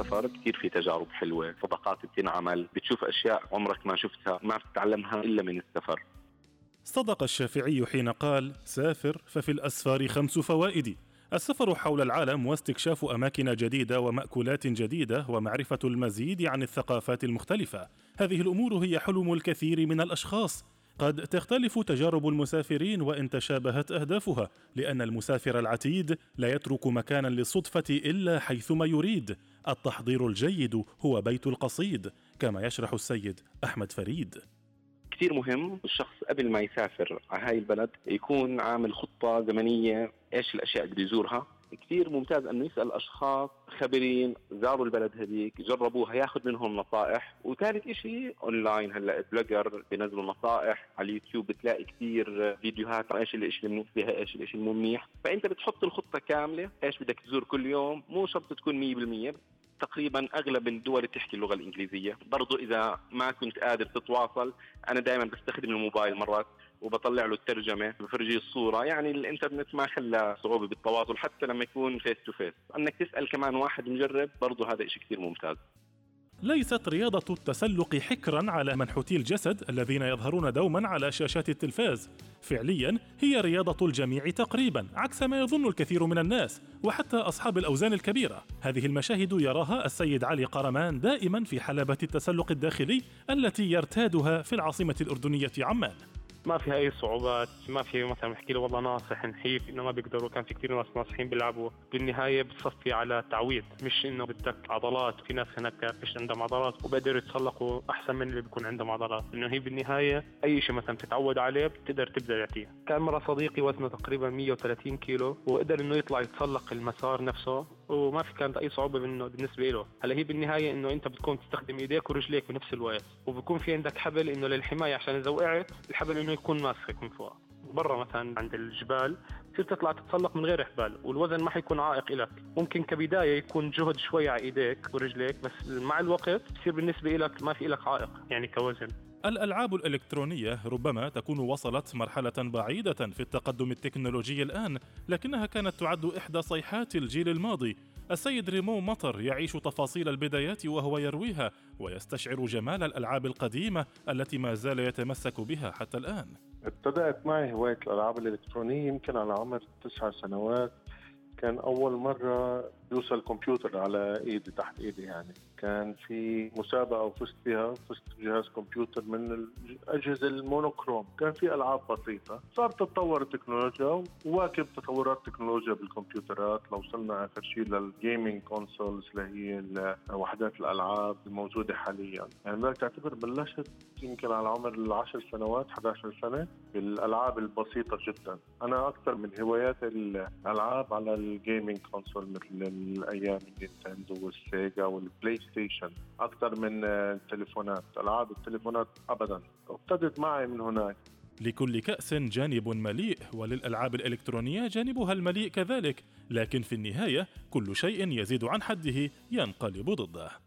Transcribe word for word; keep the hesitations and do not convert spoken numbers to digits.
السفر كتير في تجارب حلوة، صداقات بتنعمل، بتشوف أشياء عمرك ما شفتها ما بتتعلمها إلا من السفر. صدق الشافعي حين قال: سافر ففي الأسفار خمس فوائد: السفر حول العالم واستكشاف أماكن جديدة ومأكولات جديدة ومعرفة المزيد عن الثقافات المختلفة. هذه الأمور هي حلم الكثير من الأشخاص. قد تختلف تجارب المسافرين وإن تشابهت أهدافها، لأن المسافر العتيد لا يترك مكانا للصدفة إلا حيثما يريد. التحضير الجيد هو بيت القصيد، كما يشرح السيد أحمد فريد. كتير مهم الشخص قبل ما يسافر على هاي البلد يكون عامل خطة زمنية، إيش الأشياء اللي يزورها. كتير ممتاز أنه يسأل أشخاص خبرين زاروا البلد هذيك، جربوها، ياخذ منهم نصائح. وثالث إشي أونلاين، هلأ بلوجر بينزلوا نصائح على اليوتيوب، بتلاقي كتير فيديوهات عن إيش الإشي المنيح فيها، إيش الإشي المنيح. فأنت بتحط الخطة كاملة، إيش بدك تزور كل يوم، مو شرط تكون مية بالمية. تقريبا أغلب الدول تحكي اللغة الإنجليزية. برضو إذا ما كنت قادر تتواصل، أنا دائما بستخدم الموبايل مرات وبطلع له الترجمة، بفرجيه الصورة. يعني الإنترنت ما خلى صعوبة بالتواصل حتى لما يكون فيس تو فيس. أنك تسأل كمان واحد مجرب برضو هذا إشي كتير ممتاز. ليست رياضة التسلق حكرا على منحوتي الجسد الذين يظهرون دوما على شاشات التلفاز. فعليا هي رياضة الجميع تقريبا، عكس ما يظن الكثير من الناس وحتى أصحاب الأوزان الكبيرة. هذه المشاهد يراها السيد علي قرمان دائما في حلبة التسلق الداخلي التي يرتادها في العاصمة الأردنية عمان. ما فيها أي صعوبات، ما في مثلا نحكي له والله ناصح نحيف إنه ما بيقدروا. كان في كتير ناس ناصحين بيلعبوا. بالنهاية بتصفي على تعويد، مش إنه بدك عضلات. في ناس هناك مش عندهم عضلات وبقدروا يتسلقوا أحسن من اللي بيكون عندهم عضلات. إنه هي بالنهاية أي شيء مثلا تتعود عليه بتقدر تبدأ يعطيه. كان مرة صديقي وزنه تقريبا مية وثلاثين كيلو وقدر إنه يطلع يتسلق المسار نفسه وما في كانت أي صعوبة منه بالنسبة له. هلا هي بالنهاية إنه أنت بتكون تستخدم إيديك ورجليك بنفس الوقت، وبكون في عندك حبل إنه للحماية عشان إذا وقعت الحبل إنه يكون ماسك من فوق. برا مثلا عند الجبال تصير تطلع تتسلق من غير حبال والوزن ما حيكون عائق لك. ممكن كبداية يكون جهد شوي على إيديك ورجليك، بس مع الوقت بصير بالنسبة لك ما في لك عائق يعني كوزن. الألعاب الإلكترونية ربما تكون وصلت مرحلة بعيدة في التقدم التكنولوجي الآن، لكنها كانت تعد إحدى صيحات الجيل الماضي. السيد ريمو مطر يعيش تفاصيل البدايات وهو يرويها ويستشعر جمال الألعاب القديمة التي ما زال يتمسك بها حتى الآن. ابتدأت معي هواية الألعاب الإلكترونية يمكن على عمر تسع سنوات. كان أول مرة يوصل كمبيوتر على إيدي تحت إيدي، يعني كان في مسابقة وفزت فيها، فزت بجهاز كمبيوتر من الأجهزة المونوكروم. كان في ألعاب بسيطة. صارت تتطور التكنولوجيا وواكب تطورات التكنولوجيا بالكمبيوترات. لو وصلنا آخر شيء للجيمينج كونسولز اللي هي وحدات الألعاب الموجودة حاليا. يعني بدك تعتبر بلشت يمكن على عمر العشر سنوات إحدى عشرة سنة بالألعاب البسيطة جدا. أنا أكثر من هوايات الألعاب على الجيمينج كونسول مثل الأيام النينتندو والسيجا والبلاي ستيشن أكثر من التليفونات. ألعاب التليفونات أبدا ابتدت معي من هناك. لكل كأس جانب مليء، وللألعاب الإلكترونية جانبها المليء كذلك، لكن في النهاية كل شيء يزيد عن حده ينقلب ضده.